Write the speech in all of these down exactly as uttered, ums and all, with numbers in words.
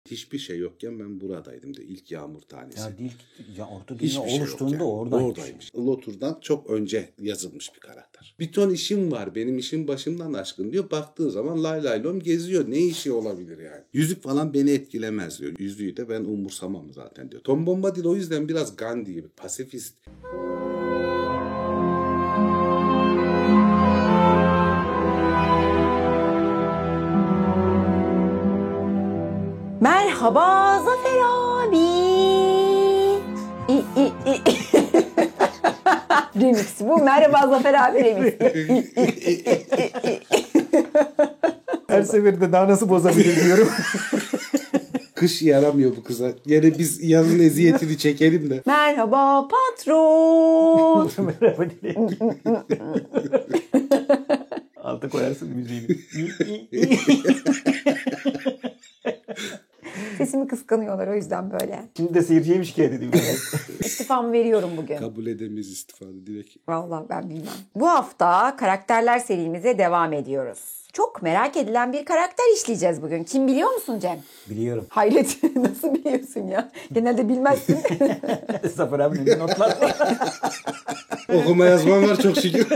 Hiçbir şey yokken ben buradaydım diyor. İlk yağmur tanesi. Ya dil ya orta Hiçbir dünya şey oluştuğunda yokken oradaymış. oradaymış. Lotur'dan çok önce yazılmış bir karakter. Bir ton işim var. Benim işim başımdan aşkın diyor. Baktığın zaman lay lay lom geziyor. Ne işi olabilir yani? Yüzük falan beni etkilemez diyor. Yüzüğü de ben umursamam zaten diyor. Tom Bombadil o yüzden biraz Gandhi gibi pasifist. Merhaba Zafer abi. İ, i, i. Remix bu. Merhaba Zafer abi remix. Her seferinde daha nasıl bozabilir diyorum. Kış yaramıyor bu kıza. Yine biz yazın eziyetini çekelim de. Merhaba patron. Merhaba diye. Alta koyarsın müziğini. Sesimi kıskanıyorlar o yüzden böyle. Şimdi de seyirciye mi şikayet edeyim? İstifamı veriyorum bugün. Kabul edemeyiz istifanı direkt. Vallahi ben bilmem. Bu hafta karakterler serimize devam ediyoruz. Çok merak edilen bir karakter işleyeceğiz bugün. Kim biliyor musun Cem? Biliyorum. Hayret, nasıl biliyorsun ya? Genelde bilmezsin. Zafer abinin notlar var. Okuma yazmam var çok şükür.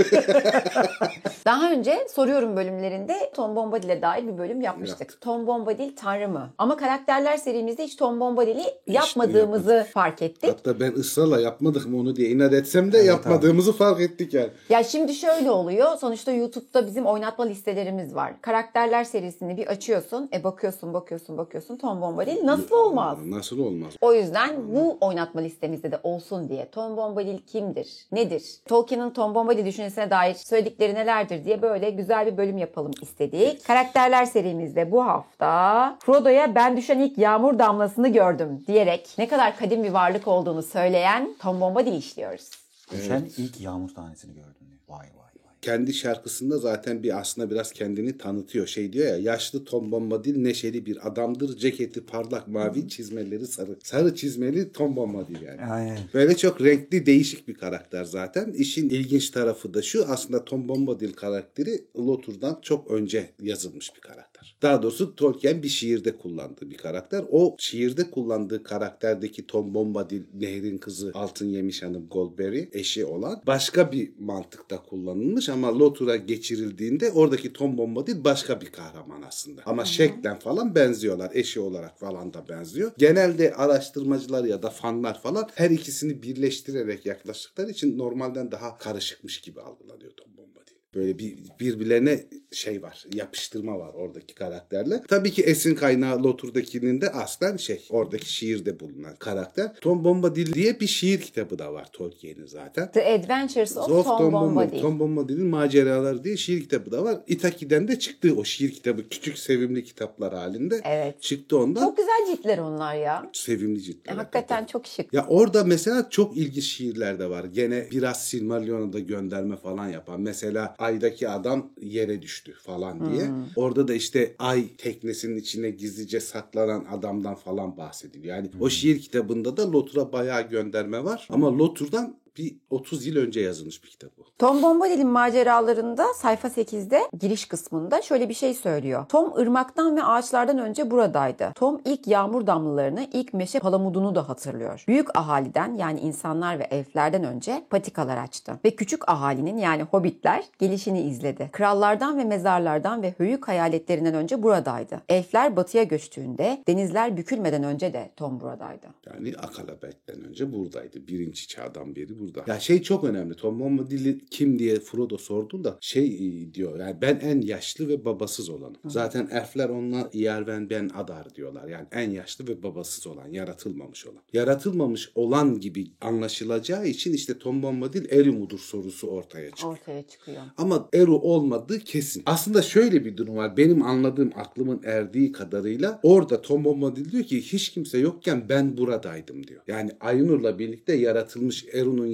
Daha önce soruyorum bölümlerinde Tom Bombadil'e dair bir bölüm yapmıştık. Yaptık. Tom Bombadil tanrı mı? Ama karakterler serimizde hiç Tom Bombadil'i yapmadığımızı fark ettik. Hatta ben ısrarla yapmadık mı onu diye inat etsem de Evet, yapmadığımızı fark ettik yani. Ya şimdi şöyle oluyor. Sonuçta YouTube'da bizim oynatma listelerimiz var. Karakterler serisini bir açıyorsun. E bakıyorsun, bakıyorsun, bakıyorsun. Tom Bombadil nasıl olmaz? Nasıl olmaz? O yüzden bu oynatma listemizde de olsun diye Tom Bombadil kimdir? Nedir? Tolkien'in Tom Bombadil düşüncesine dair söyledikleri nelerdir diye böyle güzel bir bölüm yapalım istedik. Karakterler serimizde bu hafta Frodo'ya ben düşen ilk yağmur damlasını gördüm diyerek ne kadar kadim bir varlık olduğunu söyleyen Tom Bombadil'i işliyoruz. Düşen ilk yağmur tanesini gördüm diyor. Vay vay vay. Kendi şarkısında zaten bir aslında biraz kendini tanıtıyor. Şey diyor ya, yaşlı Tom Bombadil neşeli bir adamdır. Ceketi parlak mavi, çizmeleri sarı. Sarı çizmeli Tom Bombadil yani. Aynen. Böyle çok renkli, değişik bir karakter zaten. İşin ilginç tarafı da şu, aslında Tom Bombadil karakteri Lotur'dan çok önce yazılmış bir karakter. Daha doğrusu Tolkien bir şiirde kullandığı bir karakter. O şiirde kullandığı karakterdeki Tom Bombadil, Nehrin Kızı, Altın Yemiş Hanım Goldberry eşi olan başka bir mantıkta kullanılmış ama Lotur'a geçirildiğinde oradaki Tom Bombadil başka bir kahraman aslında. Ama şeklen falan benziyorlar. Eşi olarak falan da benziyor. Genelde araştırmacılar ya da fanlar falan her ikisini birleştirerek yaklaştıkları için normalden daha karışıkmış gibi algılanıyor Tom Bombadil. Böyle bir birbirlerine şey var, yapıştırma var oradaki karakterle. Tabii ki esin kaynağı Lotur'dakinin de aslen şey, oradaki şiirde bulunan karakter. Tom Bombadil diye bir şiir kitabı da var Tolkien'in zaten. The Adventures of, Of Tom, Tom Bombadil. Bombadil. Tom Bombadil'in maceraları diye şiir kitabı da var. Itaki'den de çıktı o şiir kitabı. Küçük sevimli kitaplar halinde. Evet. Çıktı ondan. Çok güzel ciltler onlar ya. Sevimli ciltler. E, hakikaten çok şık. Ya orada mesela çok ilginç şiirler de var. Gene biraz Silmarillion'a da gönderme falan yapan. Mesela Ay'daki adam yere düştü falan diye. Hmm. Orada da işte Ay teknesinin içine gizlice saklanan adamdan falan bahsediliyor. Yani hmm. o şiir kitabında da Lotur'a bayağı gönderme var. Ama Lotur'dan bir otuz yıl önce yazılmış bir kitap bu. Tom Bombadil'in maceralarında sayfa sekizde giriş kısmında şöyle bir şey söylüyor. Tom ırmaktan ve ağaçlardan önce buradaydı. Tom ilk yağmur damlalarını, ilk meşe palamudunu da hatırlıyor. Büyük ahaliden yani insanlar ve elflerden önce patikalar açtı. Ve küçük ahalinin yani hobbitler gelişini izledi. Krallardan ve mezarlardan ve höyük hayaletlerinden önce buradaydı. Elfler batıya göçtüğünde, denizler bükülmeden önce de Tom buradaydı. Yani Akalabek'ten önce buradaydı. Birinci çağdan beri burada. Ya şey çok önemli. Tom Bombadil kim diye Frodo sorduğunda şey diyor. Yani ben en yaşlı ve babasız olanım. Hı. Zaten elfler ona Ierven ben Adar diyorlar. Yani en yaşlı ve babasız olan, yaratılmamış olan. Yaratılmamış olan gibi anlaşılacağı için işte Tom Bombadil Eru mudur sorusu ortaya çıkıyor. Ortaya çıkıyor. Ama Eru olmadığı kesin. Aslında şöyle bir durum var. Benim anladığım, aklımın erdiği kadarıyla orada Tom Bombadil diyor ki hiç kimse yokken ben buradaydım diyor. Yani Ainur'la birlikte yaratılmış Eru'nun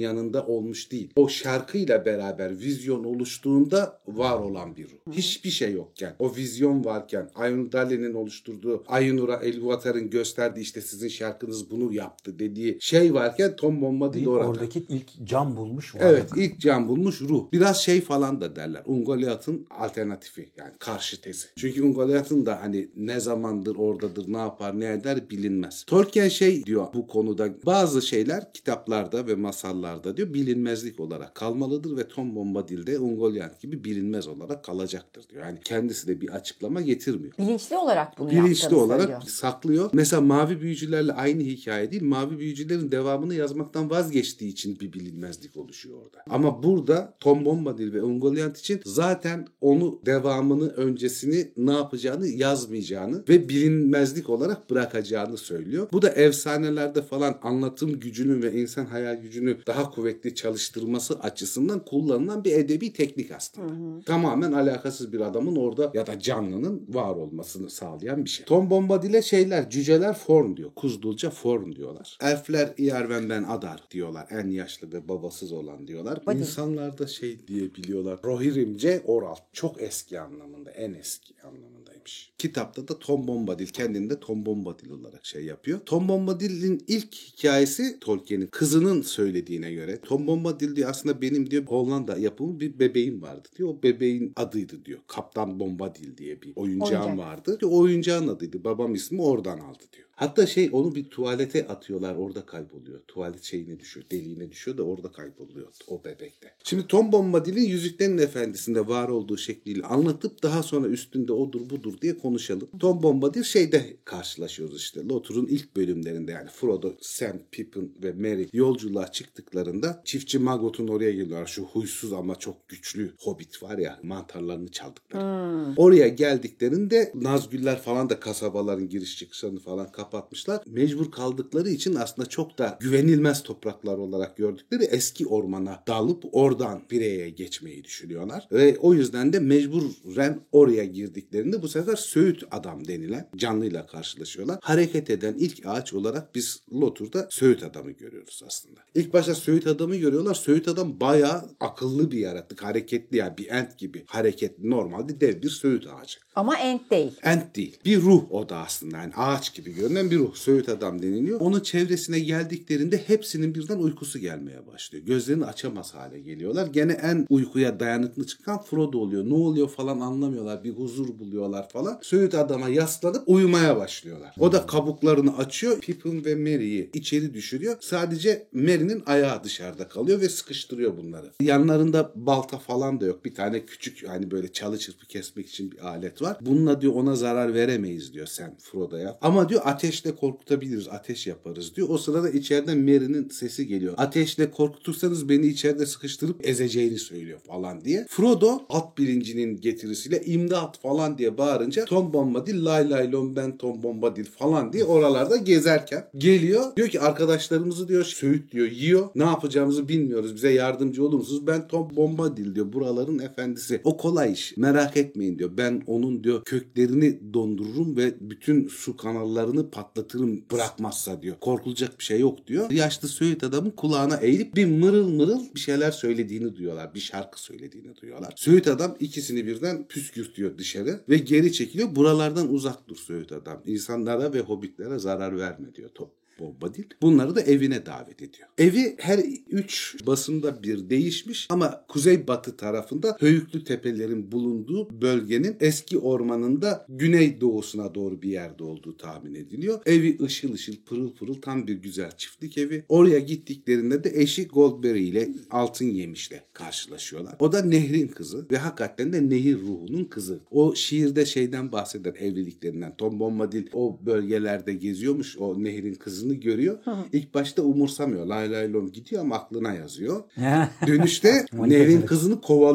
yanında olmuş değil. O şarkıyla beraber vizyon oluştuğunda var olan bir ruh. Hiçbir şey yokken, o vizyon varken, Aynur Dali'nin oluşturduğu, Aynur'a Elvatar'ın gösterdiği işte sizin şarkınız bunu yaptı dediği şey varken Tom Bombadil orada. Oradaki ilk can bulmuş var. Evet, ilk can bulmuş ruh. Biraz şey falan da derler. Ungoliath'ın alternatifi, yani karşı tezi. Çünkü Ungoliath'ın da hani ne zamandır oradadır, ne yapar, ne eder bilinmez. Tolkien şey diyor bu konuda, bazı şeyler kitaplarda ve masallarda diyor bilinmezlik olarak kalmalıdır ve Tom Bombadil de Ungoliath gibi bilinmez olarak kalacaktır diyor. Yani kendisi de bir açıklama getirmiyor. Bilinçli olarak bunu Bilinçli yaptığını olarak söylüyor. saklıyor. Mesela Mavi Büyücülerle aynı hikaye değil. Mavi Büyücülerin devamını yazmaktan vazgeçtiği için bir bilinmezlik oluşuyor orada. Ama burada Tom Bombadil ve Ungoliath için zaten onu devamını, öncesini ne yapacağını yazmayacağını ve bilinmezlik olarak bırakacağını söylüyor. Bu da efsanelerde falan anlatım gücünün ve insan hayal gücünü daha kuvvetli çalıştırması açısından kullanılan bir edebi teknik aslında. Hı hı. Tamamen alakasız bir adamın orada ya da canlının var olmasını sağlayan bir şey. Tom Bombadil'e şeyler, cüceler form diyor. Kuzdulca form diyorlar. Elfler Iarwen ben Adar diyorlar. En yaşlı ve babasız olan diyorlar. Hadi. İnsanlar da şey diyebiliyorlar. Rohirrimce Oral. Çok eski anlamında. En eski anlamındaymış. Kitapta da Tom Bombadil kendinde Tom Bombadil olarak şey yapıyor. Tom Bombadil'in ilk hikayesi Tolkien'in kızının söylediğine göre. Tom Bombadil diyor aslında benim diyor Hollanda yapımı bir bebeğim vardı diyor. O bebeğin adıydı diyor. Kaptan Bombadil diye bir oyuncağım Oyuncak. vardı. O oyuncağın adıydı. Babam ismi oradan aldı diyor. Hatta şey onu bir tuvalete atıyorlar, orada kayboluyor. Tuvalet şeyine düşüyor, deliğine düşüyor da orada kayboluyor o bebekte. Şimdi Tom Bombadil'in Yüzüklerin Efendisi'nde var olduğu şekliyle anlatıp daha sonra üstünde odur budur diye konuşalım. Tom Bombadil şeyde karşılaşıyoruz işte. Lothur'un ilk bölümlerinde yani Frodo, Sam, Pippin ve Merry yolculuğa çıktıklarında çiftçi Magot'un oraya geliyorlar. Şu huysuz ama çok güçlü hobbit var ya, mantarlarını çaldıkları. Hmm. Oraya geldiklerinde Nazgûl'ler falan da kasabaların giriş çıkışlarını falan kapatmışlar. Mecbur kaldıkları için aslında çok da güvenilmez topraklar olarak gördükleri eski ormana dalıp oradan Pire'ye geçmeyi düşünüyorlar. Ve o yüzden de mecburen oraya girdiklerinde bu sefer Söğüt Adam denilen canlıyla karşılaşıyorlar. Hareket eden ilk ağaç olarak biz Lothur'da Söğüt Adam'ı görüyoruz aslında. İlk başta Söğüt Adam'ı görüyorlar. Söğüt Adam bayağı akıllı bir yaratık. Hareketli yani bir ent gibi. Hareketli. Normalde dev bir Söğüt ağacı. Ama ent değil. Ent değil. Bir ruh o da aslında. Yani ağaç gibi görünen bir ruh. Söğüt Adam deniliyor. Onun çevresine geldiklerinde hepsinin birden uykusu gelmeye başlıyor. Gözlerini açamaz hale geliyorlar. Gene en uykuya dayanıklı çıkan Frodo oluyor. Ne oluyor falan anlamıyorlar. Bir huzur buluyorlar falan. Söğüt Adam'a yaslanıp uyumaya başlıyorlar. O da kabuklarını açıyor. Pippin ve Merry'i içeri düşürüyor. Sadece Merry'nin ayağı dışarıda kalıyor ve sıkıştırıyor bunları. Yanlarında balta falan da yok. Bir tane küçük hani böyle çalı çırpı kesmek için bir alet var. Bununla diyor ona zarar veremeyiz diyor Sam Frodo'ya. Ama diyor ateşle korkutabiliriz. Ateş yaparız diyor. O sırada içeriden Merry'nin sesi geliyor. Ateşle korkutursanız beni içeride sıkıştırıp ezeceğini söylüyor falan diye. Frodo at bilincinin getirisiyle imdat falan diye bağırınca Tom Bombadil lay lay lom ben Tom Bombadil falan diye oralarda gezerken geliyor. Diyor ki arkadaşlarımızı diyor Söğüt diyor yiyor. Ne yapacağımızı bilmiyoruz. Bize yardımcı olur musunuz? Ben Tom Bombadil diyor. Buraların efendisi. O kolay iş. Merak etmeyin diyor. Ben onun diyor köklerini dondururum ve bütün su kanallarını patlatırım bırakmazsa diyor. Korkulacak bir şey yok diyor. Yaşlı Söğüt Adamın kulağına eğilip bir mırıl mırıl bir şeyler söylediğini duyuyorlar. Bir şarkı söylediğini duyuyorlar. Söğüt Adam ikisini birden püskürtüyor dışarı ve geri çekiliyor. Buralardan uzak dur Söğüt Adam. İnsanlara ve hobbitlere zarar verme diyor top. Bombadil. Bunları da evine davet ediyor. Evi her üç basımda bir değişmiş ama kuzeybatı tarafında Höyüklü Tepelerin bulunduğu bölgenin eski ormanında güneydoğusuna doğru bir yerde olduğu tahmin ediliyor. Evi ışıl ışıl pırıl pırıl tam bir güzel çiftlik evi. Oraya gittiklerinde de eşi Goldberry ile Altın Yemiş'le karşılaşıyorlar. O da Nehrin kızı ve hakikaten de Nehir ruhunun kızı. O şiirde şeyden bahseder evliliklerinden. Tom Bombadil o bölgelerde geziyormuş o Nehrin kızını görüyor. Hı. İlk başta umursamıyor. Lay lay lom gidiyor ama aklına yazıyor. Dönüşte Nehrin kızını kovalıyor.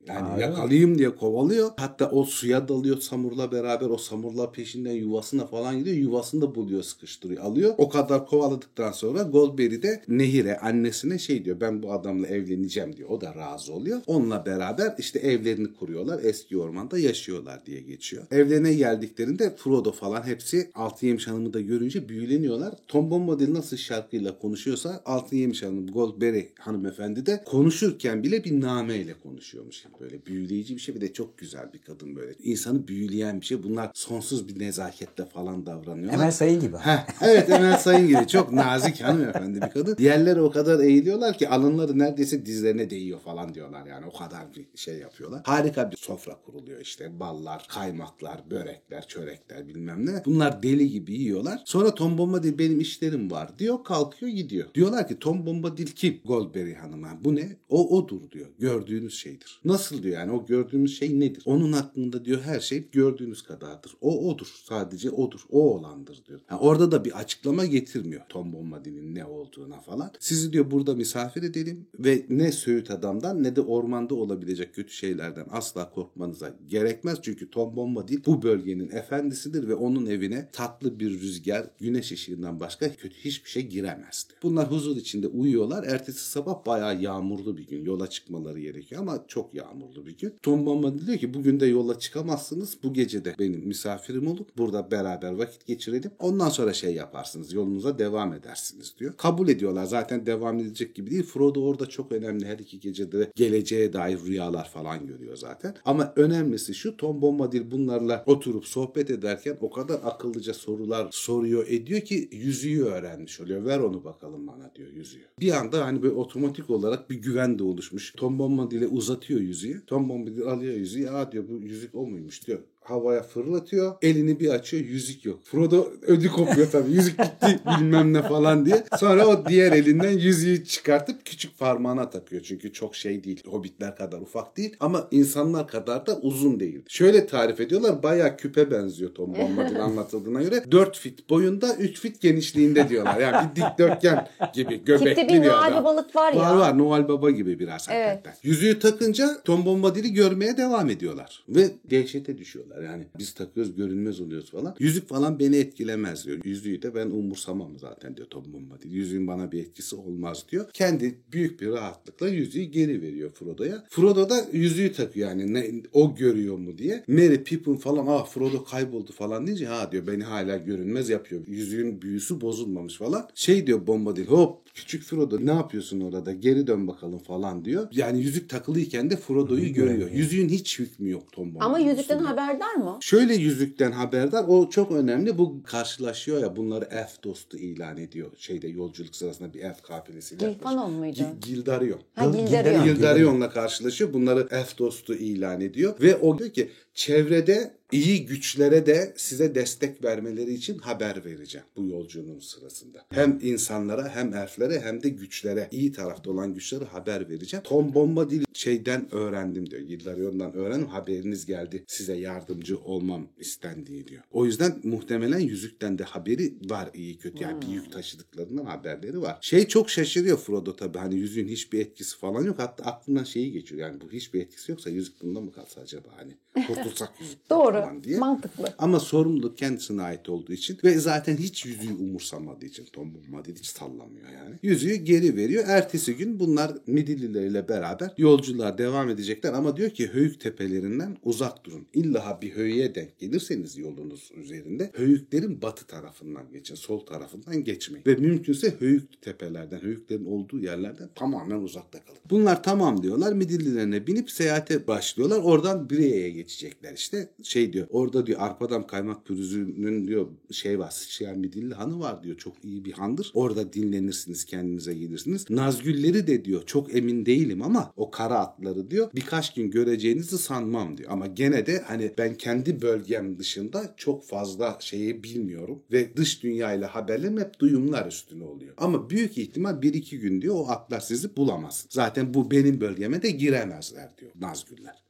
Yani Aa, yakalayayım diye kovalıyor. Hatta o suya dalıyor samurla beraber. O samurla peşinden yuvasına falan gidiyor. Yuvasını da buluyor, sıkıştırıyor, alıyor. O kadar kovaladıktan sonra Goldberry de Nehir'e, annesine şey diyor. Ben bu adamla evleneceğim diyor. O da razı oluyor. Onunla beraber işte evlerini kuruyorlar. Eski ormanda yaşıyorlar diye geçiyor. Evlerine geldiklerinde Frodo falan hepsi Altın Yemiş Hanım'ı da görünce büyüleniyorlar. Tom Bombadil nasıl şarkıyla konuşuyorsa Altın Yemiş Hanım, Goldberry hanımefendi de konuşurken bile bir nameyle konuşuyormuş. Böyle büyüleyici bir şey, bir de çok güzel bir kadın böyle. İnsanı büyüleyen bir şey. Bunlar sonsuz bir nezaketle falan davranıyorlar. Emel Sayın gibi. Heh, evet, Emel Sayın gibi. Çok nazik hanımefendi bir kadın. Diğerleri o kadar eğiliyorlar ki alınları neredeyse dizlerine değiyor falan diyorlar yani. O kadar bir şey yapıyorlar. Harika bir sofra kuruluyor işte. Ballar, kaymaklar, börekler, çörekler bilmem ne. Bunlar deli gibi yiyorlar. Sonra Tom Bombadil benim işlerim var diyor. Kalkıyor gidiyor. Diyorlar ki Tom Bombadil kim? Goldberry hanıma. Bu ne? O odur diyor. Gördüğünüz şeydir. Nasıl diyor yani? O gördüğünüz şey nedir? Onun hakkında diyor her şey gördüğünüz kadardır. O odur. Sadece odur. O olandır diyor. Yani orada da bir açıklama getirmiyor Tom Bombadil'in ne olduğuna falan. Sizi diyor burada misafir edelim ve ne Söğüt adamdan ne de ormanda olabilecek kötü şeylerden asla korkmanıza gerekmez. Çünkü Tom Bombadil bu bölgenin efendisidir ve onun evine tatlı bir rüzgar, güneş ışığından başka kötü hiçbir şey giremezdi. Bunlar huzur içinde uyuyorlar. Ertesi sabah bayağı yağmurlu bir gün. Yola çıkmaları gerekiyor ama çok yağmurlu bir gün. Tom Bombadil diyor ki bugün de yola çıkamazsınız. Bu gece de benim misafirim olup burada beraber vakit geçirelim. Ondan sonra şey yaparsınız. Yolunuza devam edersiniz diyor. Kabul ediyorlar. Zaten devam edecek gibi değil. Frodo orada çok önemli. Her iki gecede geleceğe dair rüyalar falan görüyor zaten. Ama önemlisi şu, Tom Bombadil bunlarla oturup sohbet ederken o kadar akıllıca sorular soruyor ediyor ki yüzüğü öğrenmiş oluyor. Ver onu bakalım bana diyor, yüzüğü. Bir anda hani böyle otomatik olarak bir güven de oluşmuş. Tom Bombadil'e uzatıyor yüzüğü. Tom Bombadil alıyor yüzüğü. Ya diyor, bu yüzük o muymuş diyor. Havaya fırlatıyor. Elini bir açıyor. Yüzük yok. Frodo ödü kopuyor tabii. Yüzük gitti bilmem ne falan diye. Sonra o diğer elinden yüzüğü çıkartıp küçük parmağına takıyor. Çünkü çok şey değil. Hobbitler kadar ufak değil. Ama insanlar kadar da uzun değil. Şöyle tarif ediyorlar. Bayağı küpe benziyor Tom Bombadil anlatıldığına göre. dört fit boyunda, üç fit genişliğinde diyorlar. Yani bir dikdörtgen gibi. Göbekli Tipte bir bir Noel adam. Babalık var ya. Var var. Noel Baba gibi biraz Evet. hakikaten. Yüzüğü takınca Tom Bombadil'i görmeye devam ediyorlar. Ve dehşete düşüyorlar. Yani biz takıyoruz, görünmez oluyoruz falan. Yüzük falan beni etkilemez diyor. Yüzüğü de ben umursamam zaten diyor Tom Bombadil. Yüzüğün bana bir etkisi olmaz diyor. Kendi büyük bir rahatlıkla yüzüğü geri veriyor Frodo'ya. Frodo da yüzüğü takıyor yani ne, o görüyor mu diye. Merry, Pippin falan ah Frodo kayboldu falan deyince ha diyor beni hala görünmez yapıyor. Yüzüğün büyüsü bozulmamış falan. Şey diyor Bombadil, hop küçük Frodo ne yapıyorsun orada, geri dön bakalım falan diyor. Yani yüzük takılıyken de Frodo'yu görüyor. Yüzüğün hiç hükmü yok Tom Bombadil. Ama yüzükten üstünde. haberdar mı? Şöyle yüzükten haberdar, o çok önemli. Bu karşılaşıyor ya, bunları elf dostu ilan ediyor. Şeyde yolculuk sırasında bir elf kafilesiyle. Gilfanon muydu? G- Gildarion. Ha, Gildarion. Gildarion'la karşılaşıyor. Bunları elf dostu ilan ediyor. Ve o diyor ki çevrede iyi güçlere de size destek vermeleri için haber vereceğim bu yolculuğun sırasında. Hem insanlara hem elflere hem de güçlere, iyi tarafta olan güçlere haber vereceğim. Tom Bombadil şeyden öğrendim diyor. Gildarion'dan öğrendim. Haberiniz geldi. Size yardımcı olmam istendiği diyor. O yüzden muhtemelen yüzükten de haberi var, iyi kötü. Yani bir yük taşıdıklarından haberleri var. Şey çok şaşırıyor Frodo tabii. Hani yüzüğün hiçbir etkisi falan yok. Hatta aklından şeyi geçiyor. Yani bu hiçbir etkisi yoksa yüzük bunda mı kalsa acaba hani? Kurtulsak yüzükten Doğru. falan diye. Mantıklı. Ama sorumluluk kendisine ait olduğu için ve zaten hiç yüzüğü umursamadığı için Tom Bombadil hiç sallamıyor yani. Yüzüğü geri veriyor. Ertesi gün bunlar Midillileriyle beraber yolculuğa devam edecekler ama diyor ki Höyük tepelerinden uzak durun. İlla bir höyüğe denk gelirseniz yolunuz üzerinde höyüklerin batı tarafından geçin. Sol tarafından geçmeyin. Ve mümkünse höyük tepelerden, höyüklerin olduğu yerlerden tamamen uzakta kalın. Bunlar tamam diyorlar. Midillilerine binip seyahate başlıyorlar. Oradan Brienne'ye geçecekler işte. Şey diyor. Orada diyor Arpadam kaymak pürüzünün diyor şey var. Sıçrayan Midilli hanı var diyor. Çok iyi bir handır. Orada dinlenirsiniz, kendinize gelirsiniz. Nazgülleri de diyor çok emin değilim ama o kara atları diyor birkaç gün göreceğinizi sanmam diyor. Ama gene de hani ben kendi bölgem dışında çok fazla şeyi bilmiyorum ve dış dünyayla haberlerim hep duyumlar üstüne oluyor. Ama büyük ihtimal bir iki gün diyor o atlar sizi bulamaz. Zaten bu benim bölgeme de giremezler diyor Nazgüller.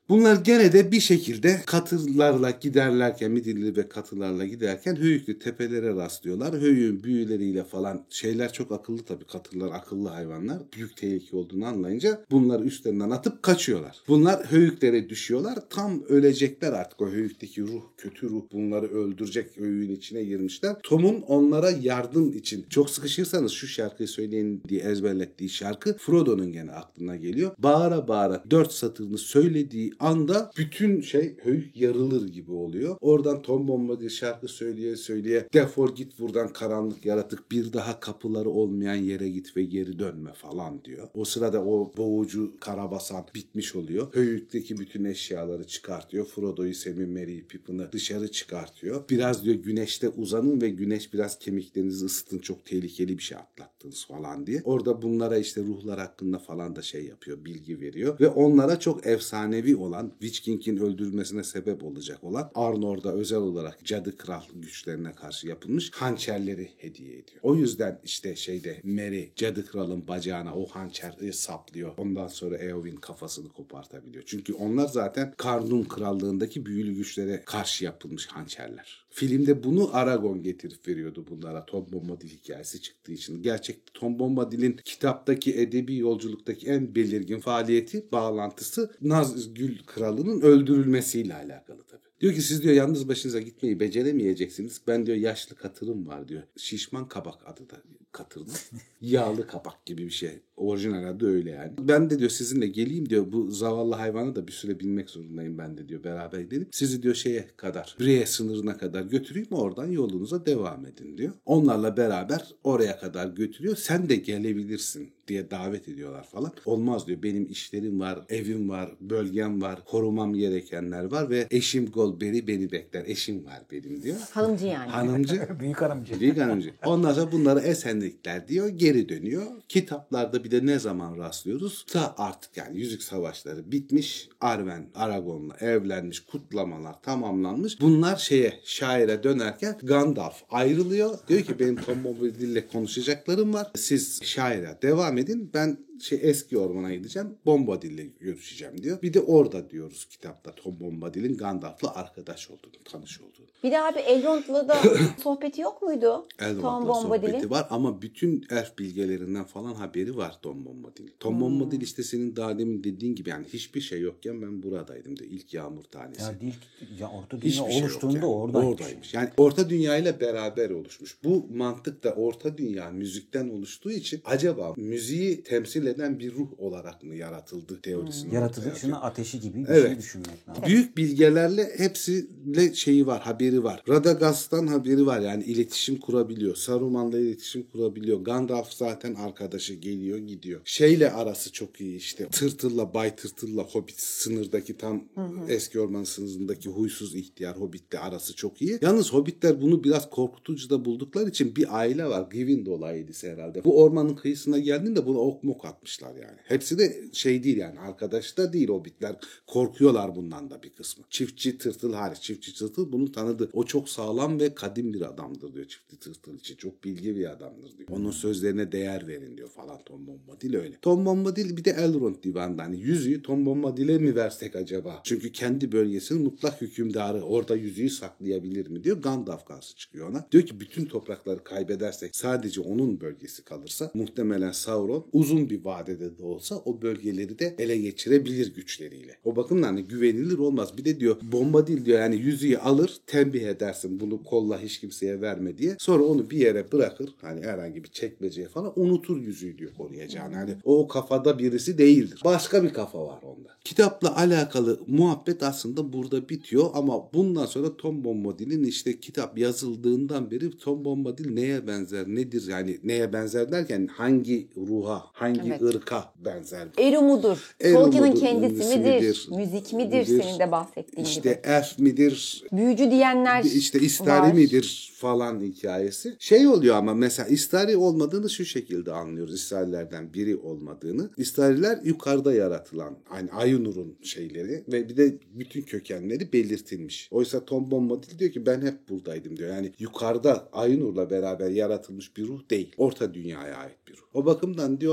Bunlar gene de bir şekilde katırlarla giderlerken, Midilli ve katırlarla giderken Höyüklü tepelere rastlıyorlar. Höyük'ün büyüleriyle falan şeyler çok akıllı tabii. Katırlar akıllı hayvanlar. Büyük tehlike olduğunu anlayınca bunları üstlerinden atıp kaçıyorlar. Bunlar Höyüklere düşüyorlar. Tam ölecekler artık. O Höyük'teki ruh, kötü ruh bunları öldürecek. Höyük'ün içine girmişler. Tom'un onlara yardım için çok sıkışırsanız şu şarkıyı söyleyin diye ezberlettiği şarkı Frodo'nun gene aklına geliyor. Bağıra bağıra dört satırını söylediği anda bütün şey Höyük yarılır gibi oluyor. Oradan Tom Bombadil şarkı söyleye söyleye defol git buradan karanlık yaratık, bir daha kapıları olmayan yere git ve geri dönme falan diyor. O sırada o boğucu karabasan bitmiş oluyor. Höyük'teki bütün eşyaları çıkartıyor. Frodo'yu, Sam'i, Merry'i, Pippin'i dışarı çıkartıyor. Biraz diyor güneşte uzanın ve güneş biraz kemiklerinizi ısıtın, çok tehlikeli bir şey atlattınız falan diye. Orada bunlara işte ruhlar hakkında falan da şey yapıyor, bilgi veriyor ve onlara çok efsanevi olan, Witch King'in öldürülmesine sebep olacak olan Arnor'da özel olarak Cadı Kral güçlerine karşı yapılmış hançerleri hediye ediyor. O yüzden işte şeyde Merry Cadı Kral'ın bacağına o hançeri saplıyor. Ondan sonra Eowyn kafasını kopartabiliyor. Çünkü onlar zaten Karnun Krallığındaki büyülü güçlere karşı yapılmış hançerler. Filmde bunu Aragorn getirip veriyordu bunlara, Tom Bombadil hikayesi çıktığı için. Gerçekte Tom Bombadil'in kitaptaki edebi yolculuktaki en belirgin faaliyeti, bağlantısı Nazgül Kralı'nın öldürülmesiyle alakalı tabii. Diyor ki siz diyor yalnız başınıza gitmeyi beceremeyeceksiniz. Ben diyor yaşlı katırım var diyor. Şişman kabak adı da katırın. Yağlı kabak gibi bir şey. Orijinal adı öyle yani. Ben de diyor sizinle geleyim diyor. Bu zavallı hayvanı da bir süre binmek zorundayım ben de diyor. Beraber gidelim. Sizi diyor şeye kadar, Bree sınırına kadar götüreyim. Oradan yolunuza devam edin diyor. Onlarla beraber oraya kadar götürüyor. Sen de gelebilirsin diye davet ediyorlar falan. Olmaz diyor. Benim işlerim var, evim var, bölgem var, korumam gerekenler var ve eşim Golberry beni bekler. Eşim var benim diyor. Hanımcı yani. Hanımcı. Büyük hanımcı. Büyük hanımcı. Ondan sonra bunları esenlikler diyor. Geri dönüyor. Kitaplarda bir de ne zaman rastlıyoruz? Ta artık yani Yüzük Savaşları bitmiş. Arwen Aragorn'la evlenmiş. Kutlamalar tamamlanmış. Bunlar şeye, şaire dönerken Gandalf ayrılıyor. Diyor ki benim Tom Bombadil'le konuşacaklarım var. Siz şaire devam edin. Ben şey eski ormana gideceğim. Bombadil'le görüşeceğim diyor. Bir de orada diyoruz kitapta Tom Bombadil'in Gandalf'la arkadaş olduğunu, tanış olduğunu. Bir de abi Elrond'la da sohbeti yok muydu? Tom Elrond'la Bombadil'in. sohbeti var ama bütün elf bilgelerinden falan haberi var Tom Bombadil. Tom hmm. Bombadil işte senin daha demin dediğin gibi yani hiçbir şey yokken ben buradaydım de ilk yağmur tanesi. Ya değil ya Orta Dünya hiçbir oluştuğunda şey yani. oradaymış. Oradaymış. Yani Orta Dünya ile beraber oluşmuş. Bu mantık da Orta Dünya müzikten oluştuğu için acaba müziği temsil eden bir ruh olarak mı yaratıldı teorisini? Hmm. Yaratılışının ateşi gibi bir evet. şey düşünmek lazım. Büyük bilgelerle hepsiyle şeyi var, haberi var. Radagast'tan haberi var yani iletişim kurabiliyor. Saruman'la iletişim kurabiliyor. Gandalf zaten arkadaşı, geliyor gidiyor. Şeyle arası çok iyi işte. Tırtıl'la, Bay Tırtıl'la Hobbit sınırdaki tam hı hı. eski orman sınırındaki huysuz ihtiyar Hobbit'le arası çok iyi. Yalnız Hobbitler bunu biraz korkutucu da buldukları için bir aile var. Gryffindor ailesi herhalde. Bu ormanın kıyısına geldiğinde buna ok mok atmışlar yani. Hepsi de şey değil yani arkadaş da değil Hobbitler. Korkuyorlar bundan da bir kısmı. Çiftçi Tırtıl hariç. Çiftçi Tırtıl bunu tanıdı. O çok sağlam ve kadim bir adamdır diyor Çiftçi Tırtıl için. Çok bilgi bir adamdır diyor. Onun sözlerine değer verin diyor falan Tom Bombadil öyle. Tom Bombadil bir de Elrond divanında hani yüzüğü Tom Bombadil'e mi versek acaba? Çünkü kendi bölgesinin mutlak hükümdarı orada yüzüğü saklayabilir mi diyor. Gandalf karşı çıkıyor ona. Diyor ki bütün toprakları kaybedersek sadece onun bölgesi kalırsa muhtemelen Sauron uzun bir vadede de olsa o bölgeleri de ele geçirebilir güçleriyle. O bakımdan hani güvenilir olmaz. Bir de diyor Bombadil diyor yani yüzüğü alır tembih edersin bunu kolla hiç kimseye verme diye. Sonra onu bir yere bırakır. Hani herhangi bir çekmeceye falan unutur yüzüğü diyor koruyacağını. Hani o kafada birisi değildir. Başka bir kafa var onda. Kitapla alakalı muhabbet aslında burada bitiyor ama bundan sonra Tom Bombadil'in işte kitap yazıldığından beri Tom Bombadil neye benzer nedir yani neye benzer derken hangi ruha hangi evet. ırka benzer? Eru mudur? Tolkien'in kendisi midir? midir? Müzik midir? midir? Senin de bahsettiğin işte gibi. İşte elf midir? Büyücü diyenler İşte istari var. midir falan hikayesi. Şey oluyor ama mesela istari olmadığını şu şekilde anlıyoruz. İstarilerden biri olmadığını. İstariler yukarıda yaratılan hani Ainur'un şeyleri ve bir de bütün kökenleri belirtilmiş. Oysa Tom Bombadil diyor ki ben hep buradaydım diyor. Yani yukarıda Ainur'la beraber yaratılmış bir ruh değil. Orta dünyaya ait bir ruh. O bakımdan diyorlar ki yani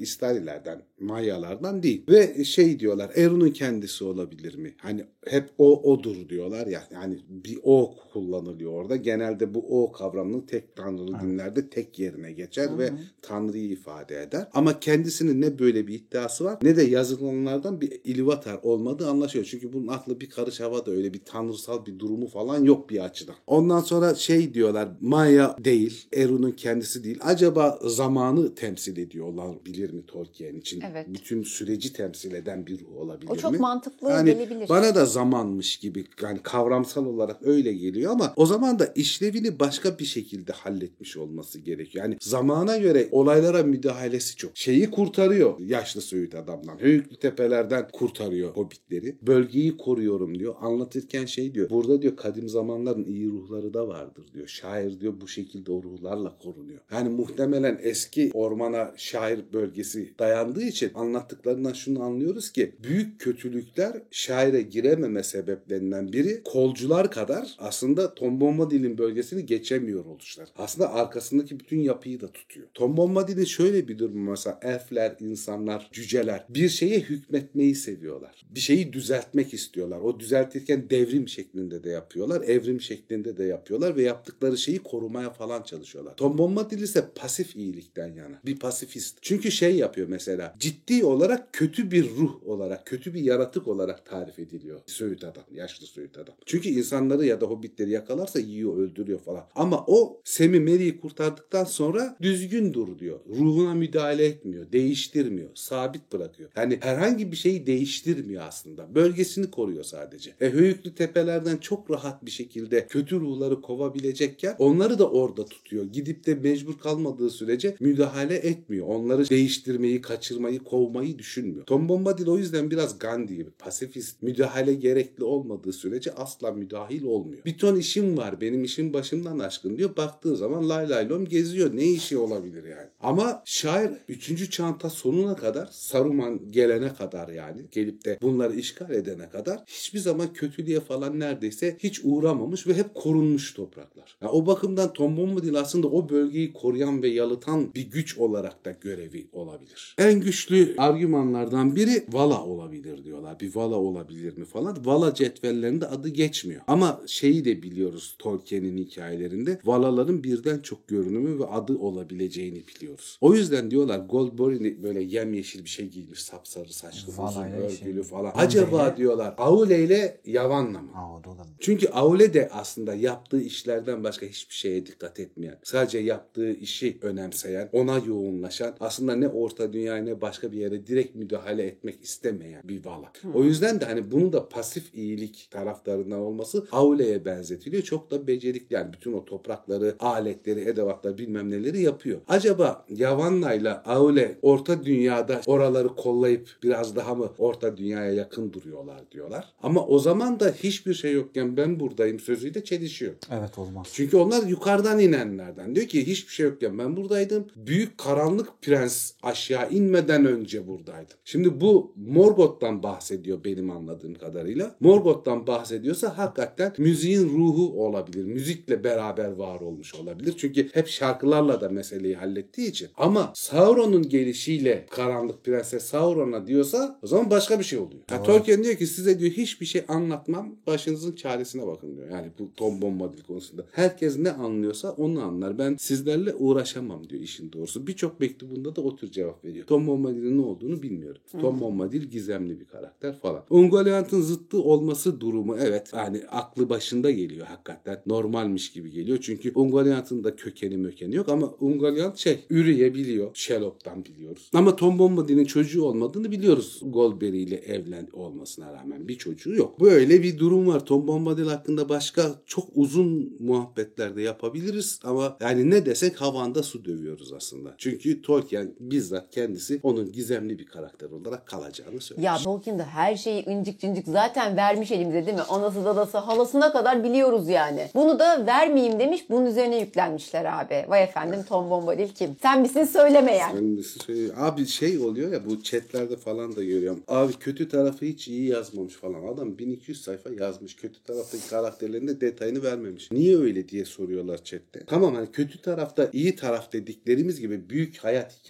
İstarilerden, Mayalardan değil. Ve şey diyorlar, Eru'nun kendisi olabilir mi? Hani hep o odur diyorlar ya. Yani bir o kullanılıyor orada. Genelde bu o kavramının tek tanrılı Evet. dinlerde tek yerine geçer Hı hı. ve tanrıyı ifade eder. Ama kendisinin ne böyle bir iddiası var ne de yazılanlardan bir ilvatar olmadığı anlaşılıyor. Çünkü bunun aklı bir karış havada, öyle bir tanrısal bir durumu falan yok bir açıdan. Ondan sonra şey diyorlar, Maya değil, Eru'nun kendisi değil. Acaba zamanı temsil ediyor olabilir mi Tolkien için? Evet. Bütün süreci temsil eden bir ruh olabilir O çok mi? mantıklı Yani gelebilir. bana da zamanmış gibi, yani kavramsal olarak öyle geliyor ama o zaman da işlevini başka bir şekilde halletmiş olması gerekiyor. Yani zamana göre olaylara müdahalesi çok. Şeyi kurtarıyor yaşlı Söğüt adamdan. Höyüklü tepelerden kurtarıyor hobbitleri. Bölgeyi koruyorum diyor. Anlatırken şey diyor. Burada diyor kadim zamanların iyi ruhları da vardır diyor. Şair diyor bu şekilde o ruhlarla korunuyor. Yani muhtemelen eski ormana şair bölgesi dayandığı için anlattıklarından şunu anlıyoruz ki büyük kötülükler şaire girememe sebeplerinden biri kolcular kadar aslında Tom Bombadil'in bölgesini geçemiyor oluşlar. Aslında arkasındaki bütün yapıyı da tutuyor. Tom Bombadil'in şöyle bir durumu mesela elfler, insanlar, cüceler bir şeye hükmetmeyi seviyorlar. Bir şeyi düzeltmek istiyorlar. O düzeltirken devrim şeklinde de yapıyorlar, evrim şeklinde de yapıyorlar ve yaptıkları şeyi korumaya falan çalışıyorlar. Tom Bombadil ise pasif iyilikten yana. Bir pasifist. Çünkü şey yapıyor mesela, ciddi olarak kötü bir ruh olarak, kötü bir yaratık olarak tarif ediliyor Söğüt adam, yaşlı Söğüt adam. Çünkü insanları ya da hobbitleri yakalarsa yiyor, öldürüyor falan. Ama o Sam'i Merry'i kurtardıktan sonra düzgün dur diyor. Ruhuna müdahale etmiyor, değiştirmiyor, sabit bırakıyor. Yani herhangi bir şeyi değiştirmiyor aslında. Bölgesini koruyor sadece. E, Höyüklü tepelerden çok rahat bir şekilde kötü ruhları kovabilecekken onları da orada tutuyor. Gidip de mecbur kalmadığı sürece müdahale etmiyor. Onları değiştirmeyi, kaçırmayı, kovmayı düşünmüyor. Tom Bombadil o yüzden biraz Gandhi gibi pasifist. Müdahale gerekli olmadığı sürece asla müdahil olmuyor. Bir ton işim var, benim işim başımdan aşkın diyor. Baktığın zaman lay lay lom geziyor. Ne işi olabilir yani? Ama şair üçüncü çanta sonuna kadar, Saruman gelene kadar yani, gelip de bunları işgal edene kadar hiçbir zaman kötülüğe falan neredeyse hiç uğramamış ve hep korunmuş topraklar. Yani o bakımdan Tom Bombadil aslında o bölgeyi koruyan ve yalıtan bir güç olarak da görevi olabilir. En güçlü argümanlardan biri Vala olabilir diyorlar. Bir Vala olabilir mi falan. Vala cetvellerinde adı geçmiyor. Ama şeyi de biliyoruz Tolkien'in hikayelerinde, Valaların birden çok görünümü ve adı olabileceğini biliyoruz. O yüzden diyorlar Goldberry böyle yemyeşil bir şey giymiş, sapsarı saçlı, uzun örgülü falan. Acaba diyorlar Aule ile Yavanna mı? Aa, o da olabilir. Çünkü Aule de aslında yaptığı işlerden başka hiçbir şeye dikkat etmeyen, sadece yaptığı işi önemseyen, ona yoğunlaşan, aslında ne Orta Dünya'ya ne başka bir yere direkt müdahale etmek istemeyen bir Vala. Hmm. O yüzden de hani bunun da pasif iyilik taraftarından olması Aule'ye benzetiliyor. Çok da becerikli, yani bütün o toprakları, aletleri, edevatları bilmem neleri yapıyor. Acaba Yavanna ile Aule Orta Dünya'da oraları kollayıp biraz daha mı Orta Dünya'ya yakın duruyorlar diyorlar. Ama o zaman da hiçbir şey yokken ben buradayım sözüyle çelişiyor. Evet, olmaz. Çünkü onlar yukarıdan inenlerden. Diyor ki hiçbir şey yokken ben buradaydım. Büyük karanlık prens aşağı inmeden önce buradaydım. Şimdi bu Morgoth'tan bahsediyor benim anladığım kadarıyla. Morgoth'tan bahsediyorsa hakikaten müziğin ruhu olabilir. Müzikle beraber var olmuş olabilir. Çünkü hep şarkılarla da meseleyi hallettiği için. Ama Sauron'un gelişiyle karanlık prenses Sauron'a diyorsa o zaman başka bir şey oluyor. Ya Tolkien diyor ki size diyor hiçbir şey anlatmam, başınızın çaresine bakın diyor. Yani bu Tom Bombadil konusunda. Herkes ne anlıyorsa onu anlar. Ben sizlerle uğraşamam diyor işin doğrusu. Birçok mektubunda da o tür cevap veriyor. Tom Bombadil'in ne olduğunu bilmiyorum. Hı. Tom Bombadil gizemli bir karakter falan. Ungoliant'ın zıttı olması durumu evet yani aklı başında geliyor hakikaten. Normalmiş gibi geliyor. Çünkü Ungoliant'ın da kökeni mökeni yok ama Ungoliant şey üreyebiliyor. Shelob'dan biliyoruz. Ama Tom Bombadil'in çocuğu olmadığını biliyoruz. Goldberry ile evlen olmasına rağmen bir çocuğu yok. Böyle bir durum var. Tom Bombadil hakkında başka çok uzun muhabbetler de yapabiliriz ama yani ne desek havanda su dövüyoruz aslında. Çünkü Tolkien bizzat kendisi onun gizemli bir karakter olarak kalacağını söylemiş. Ya Tolkien de her şeyi incik cincik zaten vermiş elimize değil mi? Anası dadası halasına kadar biliyoruz yani. Bunu da vermeyeyim demiş, bunun üzerine yüklenmişler abi. Vay efendim Tom Bombadil kim? Sen misin söylemeyen? Sen misin söylemeyen? Abi şey oluyor ya bu chatlerde falan da görüyorum. Abi kötü tarafı hiç iyi yazmamış falan. Adam bin iki yüz sayfa yazmış. Kötü taraftaki karakterlerin de detayını vermemiş. Niye öyle diye soruyorlar chatte. Tamam hani kötü tarafta iyi taraf dediklerimiz gibi büyük hayat hikayelerini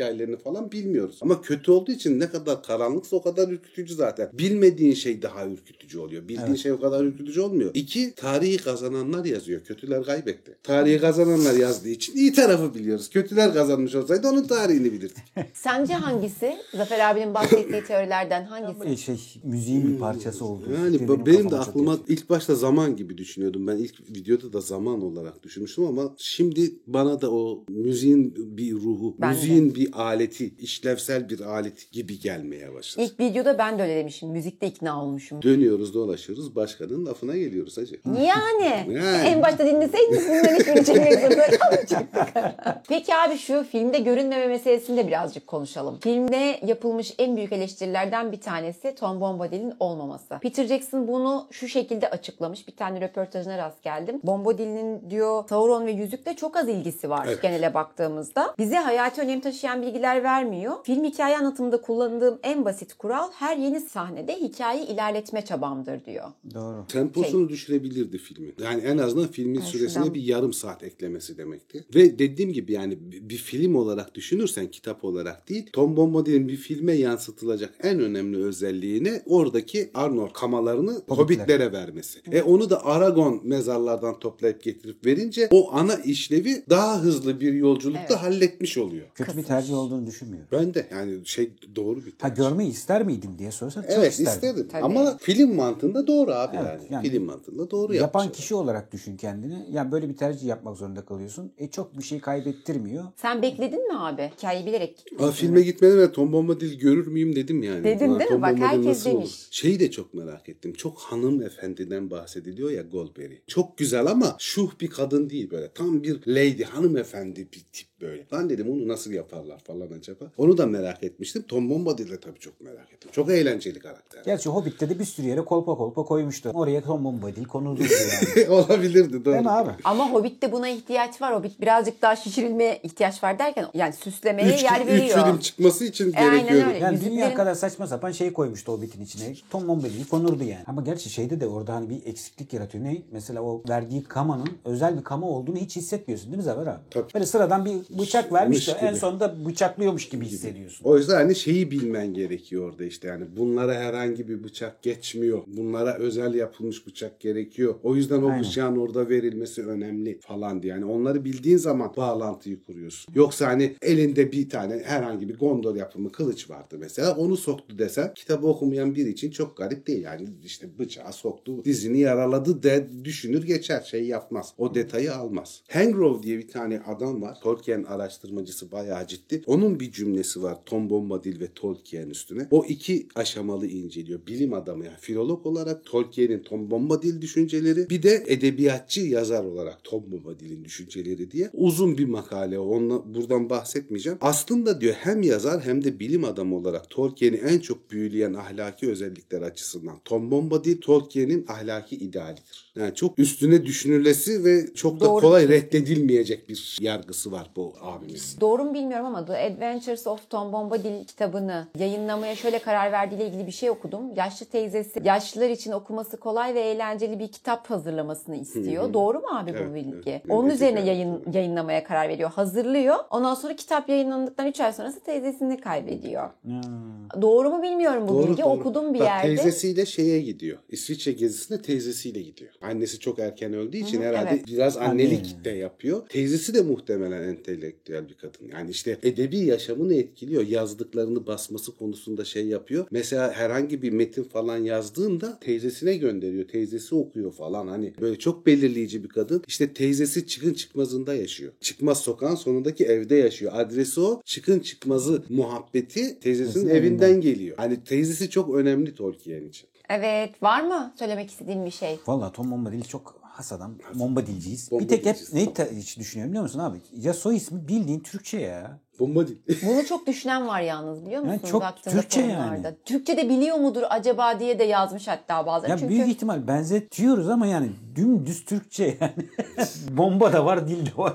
falan bilmiyoruz. Ama kötü olduğu için ne kadar karanlıksa o kadar ürkütücü zaten. Bilmediğin şey daha ürkütücü oluyor. Bildiğin evet. şey o kadar ürkütücü olmuyor. İki, tarihi kazananlar yazıyor. Kötüler kaybetti. Tarihi kazananlar yazdığı için iyi tarafı biliyoruz. Kötüler kazanmış olsaydı onun tarihini bilirdik. Sence hangisi? Zafer abinin bahsettiği teorilerden hangisi? Şey, müziğin bir parçası oldu. Yani benim, benim de aklıma ilk başta zaman gibi düşünüyordum. Ben ilk videoda da zaman olarak düşünmüştüm ama şimdi bana da o müziğin bir ruhu, ben müziğin de. bir aleti, işlevsel bir aleti gibi gelmeye başladı. İlk videoda ben de öyle demişim. Müzikte ikna olmuşum. Dönüyoruz dolaşıyoruz. Başkanın lafına geliyoruz hacı. Yani. yani. En başta dinleseydiniz bunların hiçbirini çekmek zorunda kalmayacaktık. Peki abi şu filmde görünmeme meselesini de birazcık konuşalım. Filmde yapılmış en büyük eleştirilerden bir tanesi Tom Bombadil'in olmaması. Peter Jackson bunu şu şekilde açıklamış. Bir tane röportajına rast geldim. Bombadil'in diyor Sauron ve yüzükle çok az ilgisi var evet. genele baktığımızda. Bize hayati önem taşıyan bilgiler vermiyor. Film hikaye anlatımında kullandığım en basit kural her yeni sahnede hikayeyi ilerletme çabamdır diyor. Doğru. Temposunu şey. düşürebilirdi filmin. Yani en azından filmin yani süresine şuradan... bir yarım saat eklemesi demekti. Ve dediğim gibi yani bir film olarak düşünürsen kitap olarak değil, Tom Bombadil'in bir filme yansıtılacak en önemli özelliğine oradaki Arnor kamalarını Hobbitler. Hobbitlere vermesi. E onu da Aragon mezarlardan toplayıp getirip verince o ana işlevi daha hızlı bir yolculukta evet. halletmiş oluyor. Kötü Kısmış. bir tercih olduğunu düşünmüyorum. Ben de yani şey doğru bir tercih. Ha görmeyi ister miydin diye sorarsan çok evet, isterdim. Evet istedim. Tabii. Ama film mantığında doğru abi evet, yani. yani. Film mantığında doğru yapan yapmış. Kişi olarak düşün kendini. Yani böyle bir tercih yapmak zorunda kalıyorsun. E çok bir şey kaybettirmiyor. Sen bekledin mi abi? Hikayeyi bilerek gittin. Filme gitmedim ve Tom Bombadil görür müyüm dedim yani. Dedin değil mi? Bak herkes demiş. Olur? Şeyi de çok merak ettim. Çok hanımefendiden bahsediliyor ya Goldberry. Çok güzel ama şuh bir kadın değil böyle. Tam bir lady, hanımefendi bir tip böyle. Ben dedim onu nasıl yaparlar falan acaba. Onu da merak etmiştim. Tom Bombadil'i de tabii çok merak ettim. Çok eğlenceli karakter. Gerçi Hobbit'te de bir sürü yere kolpa kolpa koymuştu. Oraya Tom Bombadil konuldu yani. Olabilirdi doğru. Değil mi abi? Ama Hobbit'te buna ihtiyaç var. Hobbit birazcık daha şişirilmeye ihtiyaç var derken yani süslemeye üç, yer veriyor. Üç film çıkması için e, gerekiyor. Öyle. Yani Yüzüklerin... dünya kadar saçma sapan şey koymuştu Hobbit'in içine. Tom Bombadil konurdu yani. Ama gerçi şeyde de orada hani bir eksiklik yaratıyor. Ne? Mesela o verdiği kamanın özel bir kama olduğunu hiç hissetmiyorsun değil mi Zafer abi? Tabii. Böyle sıradan bir bıçak vermiş de en sonunda bıçaklıyormuş gibi hissediyorsun. O yüzden hani şeyi bilmen gerekiyor orada işte yani bunlara herhangi bir bıçak geçmiyor. Bunlara özel yapılmış bıçak gerekiyor. O yüzden o Aynen. bıçağın orada verilmesi önemli falan diye. Yani onları bildiğin zaman bağlantıyı kuruyorsun. Yoksa hani elinde bir tane herhangi bir Gondor yapımı kılıç vardı mesela. Onu soktu desen kitabı okumayan biri için çok garip değil. Yani işte bıçağı soktu, dizini yaraladı de düşünür geçer. Şey yapmaz. O detayı almaz. Hangrove diye bir tane adam var. Tolkien araştırmacısı bayağı ciddi. Onun bir cümlesi var Tom Bombadil ve Tolkien üstüne. O iki aşamalı inceliyor. Bilim adamı yani filolog olarak Tolkien'in Tom Bombadil düşünceleri bir de edebiyatçı yazar olarak Tom Bombadil'in düşünceleri diye uzun bir makale. Onunla buradan bahsetmeyeceğim. Aslında diyor hem yazar hem de bilim adamı olarak Tolkien'i en çok büyüleyen ahlaki özellikler açısından Tom Bombadil Tolkien'in ahlaki idealidir. Yani çok üstüne düşünülesi ve çok da Doğru. kolay reddedilmeyecek bir yargısı var bu abimiz. Doğru mu bilmiyorum ama The Adventures of Tom Bombadil kitabını yayınlamaya şöyle karar verdiğiyle ilgili bir şey okudum. Yaşlı teyzesi yaşlılar için okuması kolay ve eğlenceli bir kitap hazırlamasını istiyor. Hı-hı. Doğru mu abi evet, bu bilgi? Evet, Onun evet, üzerine evet, yayın, evet. yayınlamaya karar veriyor. Hazırlıyor. Ondan sonra kitap yayınlandıktan üç ay sonrası teyzesini kaybediyor. Hmm. Doğru mu bilmiyorum bu doğru, bilgi. Doğru. Okudum bir Bak, yerde. Teyzesiyle şeye gidiyor. İsviçre gezisine teyzesiyle gidiyor. Annesi çok erken öldüğü için Hı-hı, herhalde evet. biraz annelik Anne. de yapıyor. Teyzesi de muhtemelen entelektüel bir kadın. Yani işte edebi yaşamını etkiliyor. Yazdıklarını basması konusunda şey yapıyor. Mesela herhangi bir metin falan yazdığında teyzesine gönderiyor. Teyzesi okuyor falan. Hani böyle çok belirleyici bir kadın. İşte teyzesi çıkın çıkmazında yaşıyor. Çıkmaz sokağın sonundaki evde yaşıyor. Adresi o. Çıkın çıkmazı muhabbeti teyzesinin Nasıl evinden evinden geliyor. Hani teyzesi çok önemli Tolkien için. Evet. Var mı söylemek istediğin bir şey? Vallahi Tom Bombadil çok has adam. Bombadilciyiz. Bir tek hep neyi hiç düşünüyorum biliyor musun abi? Ya soy ismi bildiğin Türkçe ya. Bombadil. Bunu çok düşünen var yalnız biliyor musun? Yani çok Baktığında Türkçe konularda. yani. Türkçe de biliyor mudur acaba diye de yazmış hatta bazen. Ya Çünkü... büyük ihtimal benzetiyoruz ama yani dümdüz Türkçe yani. Bomba da var, dil de var.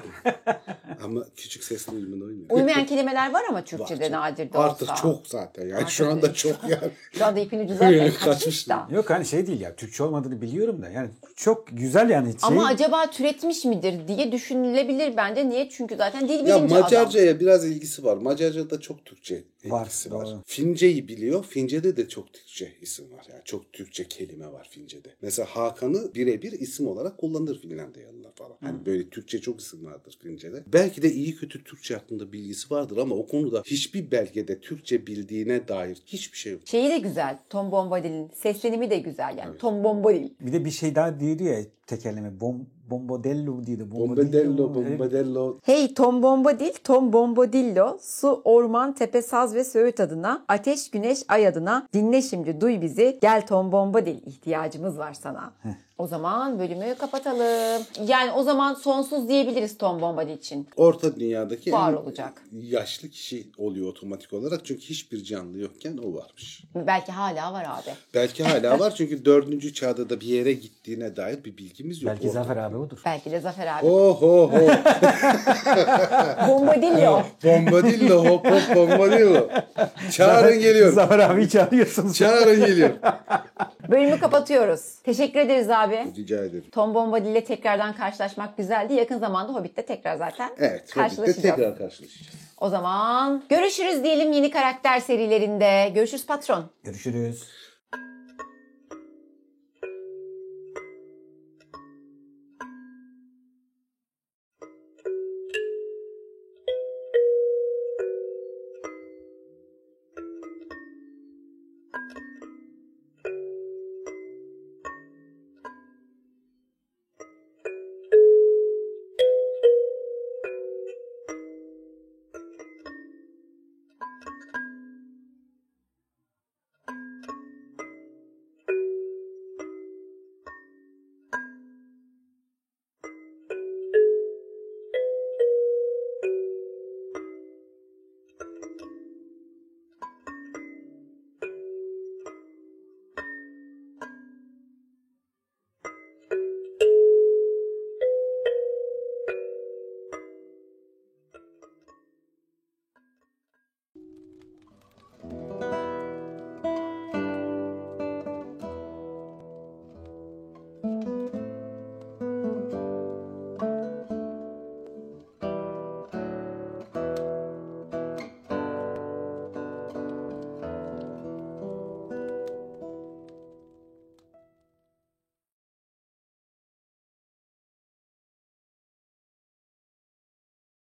Ama küçük sesli uyumuna uymuyor. Uymayan kelimeler var ama Türkçe'de nadir de olsa. Artık çok zaten yani. Artık şu anda çok yani. Şu anda ipin ucu zaten kaçmış da. Yok hani şey değil ya. Türkçe olmadığını biliyorum da. Yani çok güzel yani. Şey... Ama acaba türetmiş midir diye düşünülebilir bence. Niye? Çünkü zaten dil bilimci adam. Ya Macarca'ya adam. biraz ilgisi var. Macarca'da çok Türkçe Var, ilgisi var. doğru. Fince'yi biliyor. Fince'de de çok Türkçe isim var. Yani çok Türkçe kelime var Fince'de. Mesela Hakan'ı birebir isim olarak kullanır Finlandiyalılar falan. Hani böyle Türkçe çok isim vardır Fince'de. Belki de iyi kötü Türkçe hakkında bilgisi vardır ama o konuda hiçbir belgede Türkçe bildiğine dair hiçbir şey yok. Şeyi de güzel. Tom Bombadil'in seslenimi de güzel yani. Tom Bombadil. Bir de bir şey daha diyordu ya tekerleme. Bom, bombadello diyordu. Bombadello, bombadello. Hey Tom Bombadil, Tom Bombadillo, su, orman, tepe, saz ve söğüt adına, ateş, güneş, ay adına, dinle şimdi, duy bizi, gel Tom Bombadil, ihtiyacımız var sana. O zaman bölümü kapatalım. Yani o zaman sonsuz diyebiliriz Tom Bombadil için. Orta dünyadaki Var en olacak. yaşlı kişi oluyor otomatik olarak. Çünkü hiçbir canlı yokken o varmış. Belki hala var abi. Belki hala var çünkü dördüncü çağda da bir yere gittiğine dair bir bilgimiz yok. Belki Orada. Zafer abi odur. Belki de Zafer abi. Oh oh oh. Bombadillo. Bombadillo hop hop bombadillo. Çağırın geliyor. Zafer abi çağırıyorsunuz. Çağırın geliyor. Bölümü kapatıyoruz. Teşekkür ederiz abi. Rica ederim. Tom Bombadil ile tekrardan karşılaşmak güzeldi. Yakın zamanda Hobbit'te tekrar zaten Evet. Hobbit'te karşılaşacağız. tekrar karşılaşacağız. O zaman görüşürüz diyelim yeni karakter serilerinde. Görüşürüz patron. Görüşürüz.